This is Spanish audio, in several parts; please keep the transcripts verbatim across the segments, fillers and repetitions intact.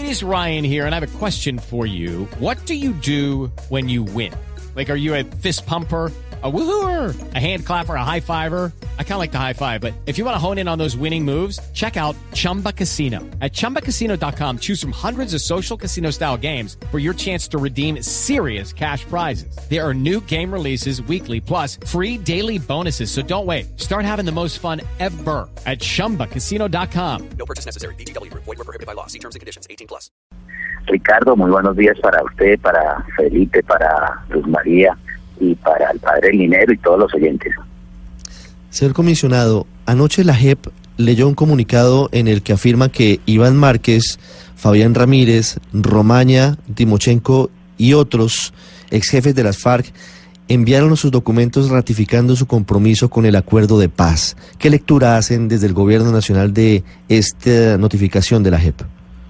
It is Ryan here, and I have a question for you. What do you do when you win? Like, are you a fist pumper, a woohooer, a hand clapper, a high fiver? I kind of like the high five, but if you want to hone in on those winning moves, check out Chumba Casino. At chumba casino dot com, choose from hundreds of social casino style games for your chance to redeem serious cash prizes. There are new game releases weekly, plus free daily bonuses. So don't wait. Start having the most fun ever at chumba casino dot com. No purchase necessary. V G W Group. Void where prohibited by law. See terms and conditions. eighteen plus. Ricardo, muy buenos días para usted, para Felipe, para Luz María y para el padre Linero y todos los oyentes. Señor comisionado, anoche la J E P leyó un comunicado en el que afirma que Iván Márquez, Fabián Ramírez, Romaña, Timochenko y otros ex jefes de las FARC enviaron sus documentos ratificando su compromiso con el acuerdo de paz. ¿Qué lectura hacen desde el gobierno nacional de esta notificación de la J E P?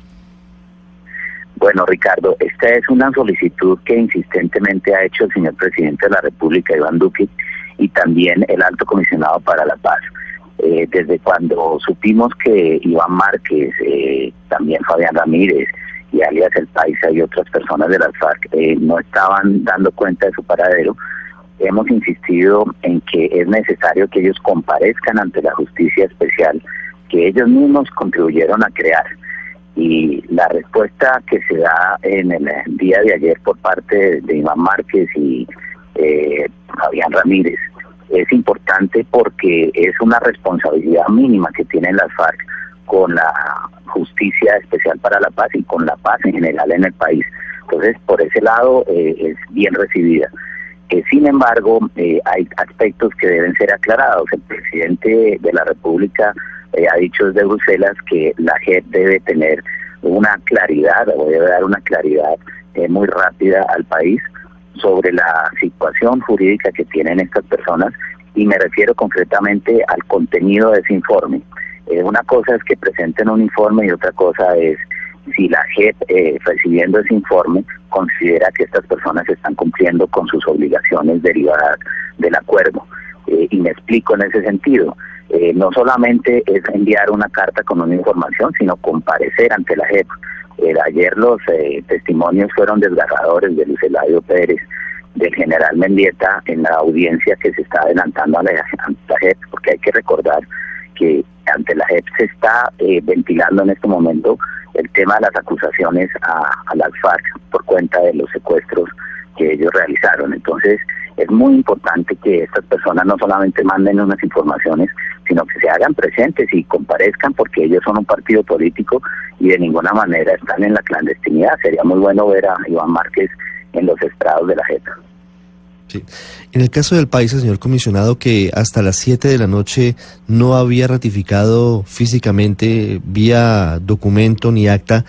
Bueno, Ricardo, esta es una solicitud que insistentemente ha hecho el señor presidente de la República, Iván Duque, y también el alto comisionado para la paz. Eh, desde cuando supimos que Iván Márquez, eh, también Fabián Ramírez y alias El Paisa y otras personas de las FARC eh, no estaban dando cuenta de su paradero, hemos insistido en que es necesario que ellos comparezcan ante la justicia especial que ellos mismos contribuyeron a crear. Y la respuesta que se da en el día de ayer por parte de Iván Márquez y eh, Fabián Ramírez es importante porque es una responsabilidad mínima que tienen las FARC con la justicia especial para la paz y con la paz en general en el país. Entonces, por ese lado eh, es bien recibida. Eh, sin embargo, eh, hay aspectos que deben ser aclarados. El presidente de la República eh, ha dicho desde Bruselas que la J E P debe tener una claridad, o debe dar una claridad eh, muy rápida al país sobre la situación jurídica que tienen estas personas, y me refiero concretamente al contenido de ese informe. Eh, una cosa es que presenten un informe y otra cosa es si la J E P, eh, recibiendo ese informe, considera que estas personas están cumpliendo con sus obligaciones derivadas del acuerdo. Eh, y me explico en ese sentido. Eh, no solamente es enviar una carta con una información, sino comparecer ante la J E P. Eh, ayer los eh, testimonios fueron desgarradores de Luis Eladio Pérez, del general Mendieta, en la audiencia que se está adelantando a la, ante la J E P, porque hay que recordar que ante la J E P se está eh, ventilando en este momento el tema de las acusaciones a, a las FARC por cuenta de los secuestros que ellos realizaron. Entonces, es muy importante que estas personas no solamente manden unas informaciones, sino que se hagan presentes y comparezcan, porque ellos son un partido político y de ninguna manera están en la clandestinidad. Sería muy bueno ver a Iván Márquez en los estrados de la J E P. Sí. En el caso del país, señor comisionado, que hasta las siete de la noche no había ratificado físicamente, vía documento ni acta,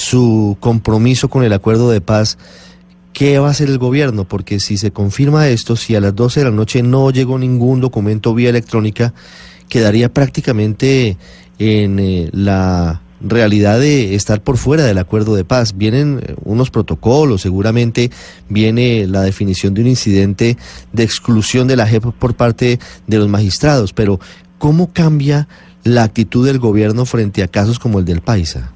su compromiso con el acuerdo de paz, ¿qué va a hacer el gobierno? Porque si se confirma esto, si a las doce de la noche no llegó ningún documento vía electrónica, quedaría prácticamente en eh, la realidad de estar por fuera del acuerdo de paz. Vienen unos protocolos, seguramente viene la definición de un incidente de exclusión de la J E P por parte de los magistrados, pero ¿cómo cambia la actitud del gobierno frente a casos como el del Paisa?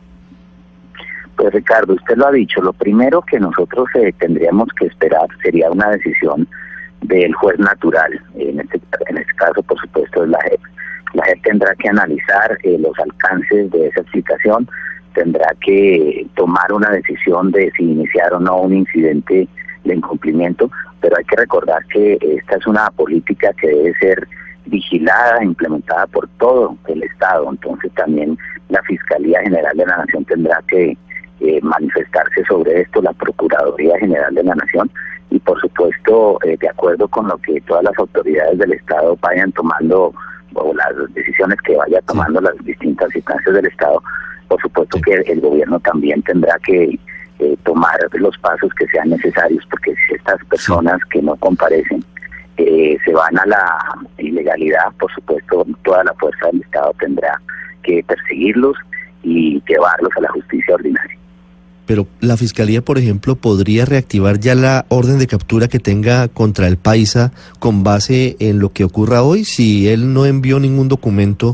Pues Ricardo, usted lo ha dicho, lo primero que nosotros eh, tendríamos que esperar sería una decisión del juez natural, en este, en este caso por supuesto es la J E P. La J E P tendrá que analizar eh, los alcances de esa explicación, tendrá que tomar una decisión de si iniciar o no un incidente de incumplimiento, pero hay que recordar que esta es una política que debe ser vigilada, implementada por todo el Estado. Entonces también la Fiscalía General de la Nación tendrá que eh, manifestarse sobre esto, la Procuraduría General de la Nación, y por supuesto eh, de acuerdo con lo que todas las autoridades del Estado vayan tomando, o las decisiones que vaya tomando sí. las distintas instancias del Estado, por supuesto sí. que el gobierno también tendrá que eh, tomar los pasos que sean necesarios, porque si estas personas sí. que no comparecen eh, se van a la ilegalidad, por supuesto toda la fuerza del Estado tendrá que perseguirlos y llevarlos a la justicia ordinaria. Pero la Fiscalía, por ejemplo, podría reactivar ya la orden de captura que tenga contra el Paisa con base en lo que ocurra hoy. Si él no envió ningún documento,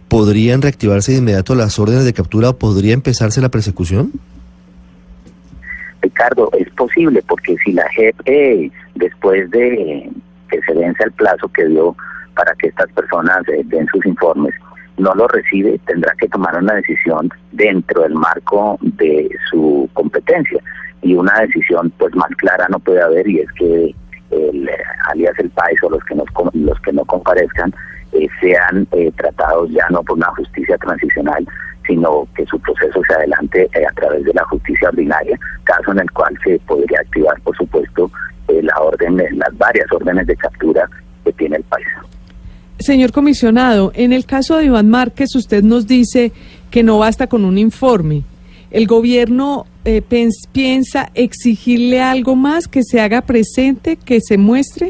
¿podrían reactivarse de inmediato las órdenes de captura o podría empezarse la persecución? Ricardo, es posible, porque si la J E P, eh, después de que se vence el plazo que dio para que estas personas eh, den sus informes, no lo recibe, tendrá que tomar una decisión dentro del marco de su competencia. Y una decisión pues más clara no puede haber, y es que el, alias el país o los que, nos, los que no comparezcan eh, sean eh, tratados ya no por una justicia transicional, sino que su proceso se adelante eh, a través de la justicia ordinaria, caso en el cual se podría activar, por supuesto, eh, la orden, las varias órdenes de captura que tiene el país. Señor comisionado, en el caso de Iván Márquez, usted nos dice que no basta con un informe. ¿El gobierno eh, pens, piensa exigirle algo más, que se haga presente, que se muestre?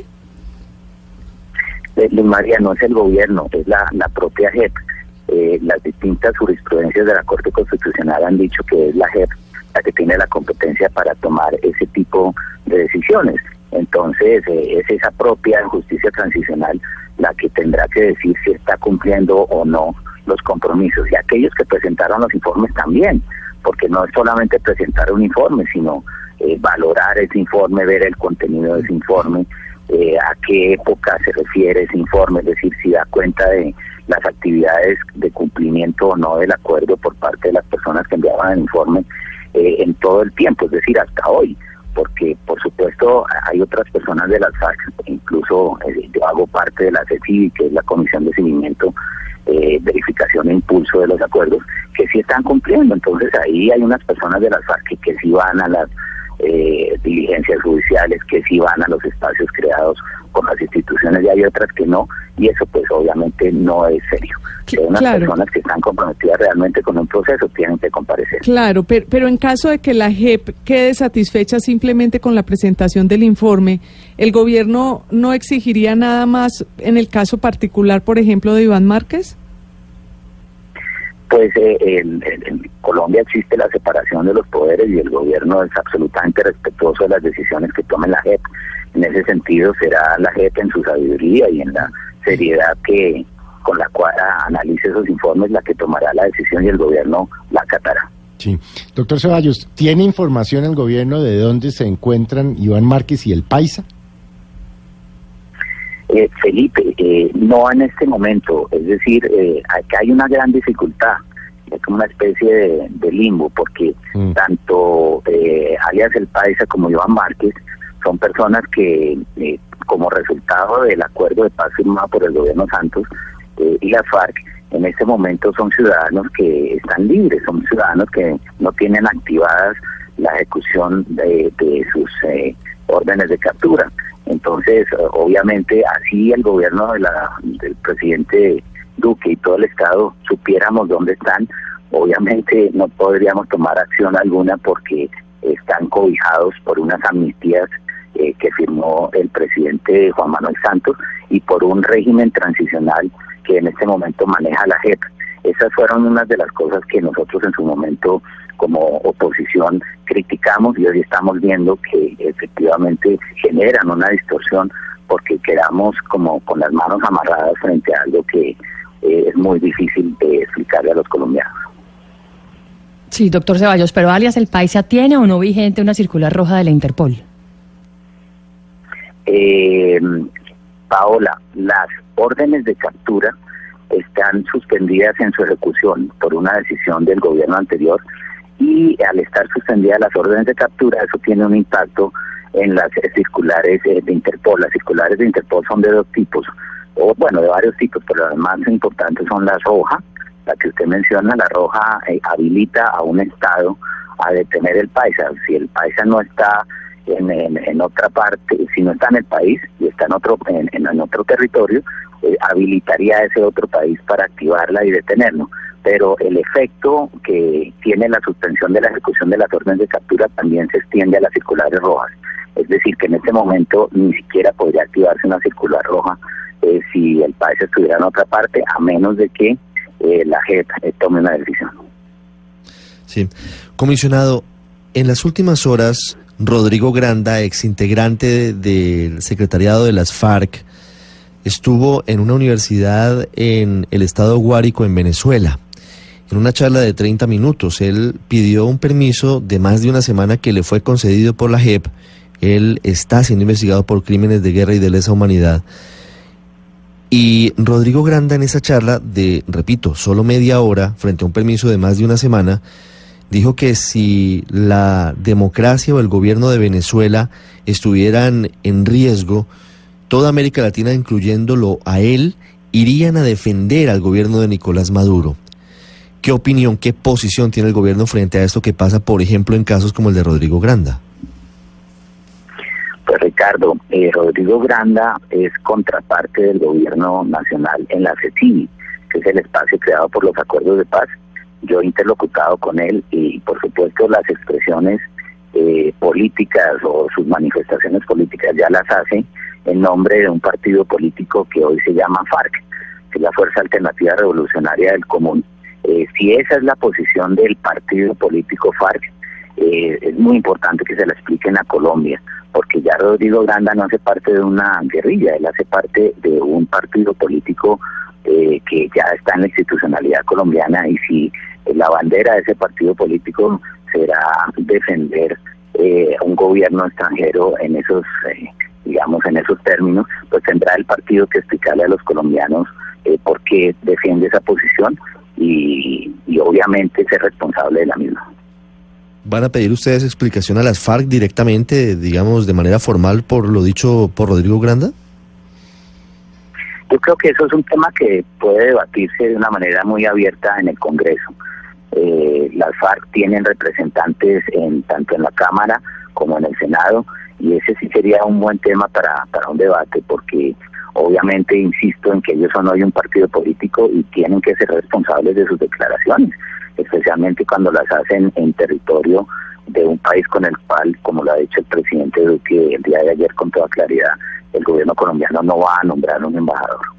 Eh, María, no es el gobierno, es la, la propia J E P. Eh, las distintas jurisprudencias de la Corte Constitucional han dicho que es la J E P la que tiene la competencia para tomar ese tipo de decisiones. Entonces, eh, es esa propia justicia transicional la que tendrá que decir si está cumpliendo o no los compromisos. Y aquellos que presentaron los informes también, porque no es solamente presentar un informe, sino eh, valorar ese informe, ver el contenido de ese informe, eh, a qué época se refiere ese informe, es decir, si da cuenta de las actividades de cumplimiento o no del acuerdo por parte de las personas que enviaban el informe eh, en todo el tiempo, es decir, hasta hoy, porque por supuesto hay otras personas de las FARC, incluso eh, yo hago parte de la C E C I B I, que es la Comisión de Seguimiento, eh, Verificación e Impulso de los Acuerdos, que sí están cumpliendo. Entonces ahí hay unas personas de las FARC que, que sí van a las eh, diligencias judiciales, que sí van a los espacios creados por las instituciones, y hay otras que no, y eso pues obviamente no es serio. Que unas claro. personas que están comprometidas realmente con un proceso tienen que comparecer. Claro, pero, pero en caso de que la J E P quede satisfecha simplemente con la presentación del informe, ¿el gobierno no exigiría nada más en el caso particular, por ejemplo, de Iván Márquez? Pues eh, en, en Colombia existe la separación de los poderes y el gobierno es absolutamente respetuoso de las decisiones que tome la J E P. En ese sentido será la J E P en su sabiduría y en la seriedad que con la cual analice esos informes la que tomará la decisión, y el gobierno la acatará. Sí. Doctor Ceballos, ¿tiene información el gobierno de dónde se encuentran Iván Márquez y el Paisa? Eh, Felipe, eh, no en este momento, es decir, eh, acá hay una gran dificultad, es como una especie de, de limbo, porque mm. tanto eh, alias el Paisa como Iván Márquez son personas que, eh, como resultado del acuerdo de paz firmado por el gobierno Santos eh, y la FARC, en este momento son ciudadanos que están libres, son ciudadanos que no tienen activadas la ejecución de, de sus eh, órdenes de captura. Entonces, obviamente, así el gobierno de la, del presidente Duque y todo el Estado supiéramos dónde están, obviamente no podríamos tomar acción alguna porque están cobijados por unas amnistías eh, que firmó el presidente Juan Manuel Santos y por un régimen transicional que en este momento maneja la J E P. Esas fueron unas de las cosas que nosotros en su momento como oposición criticamos, y hoy estamos viendo que efectivamente generan una distorsión porque quedamos como con las manos amarradas frente a algo que eh, es muy difícil de explicarle a los colombianos. Sí, doctor Ceballos, pero alias el Paisa, ¿tiene o no vigente una circular roja de la Interpol? Eh, Paola, las órdenes de captura están suspendidas en su ejecución por una decisión del gobierno anterior, y al estar suspendidas las órdenes de captura, eso tiene un impacto en las circulares de Interpol. Las circulares de Interpol son de dos tipos, o bueno, de varios tipos, pero las más importantes son la roja, la que usted menciona. La roja eh, habilita a un Estado a detener el Paisa. Si el Paisa no está en, en, en otra parte, si no está en el país y está en otro en, en otro territorio, eh, habilitaría a ese otro país para activarla y detenerlo. Pero el efecto que tiene la suspensión de la ejecución de las órdenes de captura también se extiende a las circulares rojas. Es decir, que en este momento ni siquiera podría activarse una circular roja eh, si el país estuviera en otra parte, a menos de que eh, la J E P eh, tome una decisión. Sí. Comisionado, en las últimas horas, Rodrigo Granda, exintegrante del secretariado de las FARC, estuvo en una universidad en el estado Guárico, en Venezuela. En una charla de treinta minutos, él pidió un permiso de más de una semana que le fue concedido por la J E P. Él está siendo investigado por crímenes de guerra y de lesa humanidad. Y Rodrigo Granda, en esa charla de, repito, solo media hora, frente a un permiso de más de una semana, dijo que si la democracia o el gobierno de Venezuela estuvieran en riesgo, toda América Latina, incluyéndolo a él, irían a defender al gobierno de Nicolás Maduro. ¿Qué opinión, qué posición tiene el gobierno frente a esto que pasa, por ejemplo, en casos como el de Rodrigo Granda? Pues Ricardo, eh, Rodrigo Granda es contraparte del gobierno nacional en la CECIBI, que es el espacio creado por los acuerdos de paz. Yo he interlocutado con él y, por supuesto, las expresiones eh, políticas o sus manifestaciones políticas ya las hace en nombre de un partido político que hoy se llama FARC, que es la Fuerza Alternativa Revolucionaria del Común. Eh, si esa es la posición del partido político FARC, eh, es muy importante que se la expliquen a Colombia, porque ya Rodrigo Granda no hace parte de una guerrilla, él hace parte de un partido político eh, que ya está en la institucionalidad colombiana, y si eh, la bandera de ese partido político será defender eh, un gobierno extranjero en esos, eh, digamos, en esos términos, pues tendrá el partido que explicarle a los colombianos eh, por qué defiende esa posición y, y obviamente ser responsable de la misma. ¿Van a pedir ustedes explicación a las FARC directamente, digamos, de manera formal por lo dicho por Rodrigo Granda? Yo creo que eso es un tema que puede debatirse de una manera muy abierta en el Congreso. Eh, las FARC tienen representantes en tanto en la Cámara como en el Senado, y ese sí sería un buen tema para, para un debate, porque obviamente insisto en que ellos son hoy un partido político y tienen que ser responsables de sus declaraciones, especialmente cuando las hacen en territorio de un país con el cual, como lo ha dicho el presidente Duque el día de ayer con toda claridad, el gobierno colombiano no va a nombrar un embajador.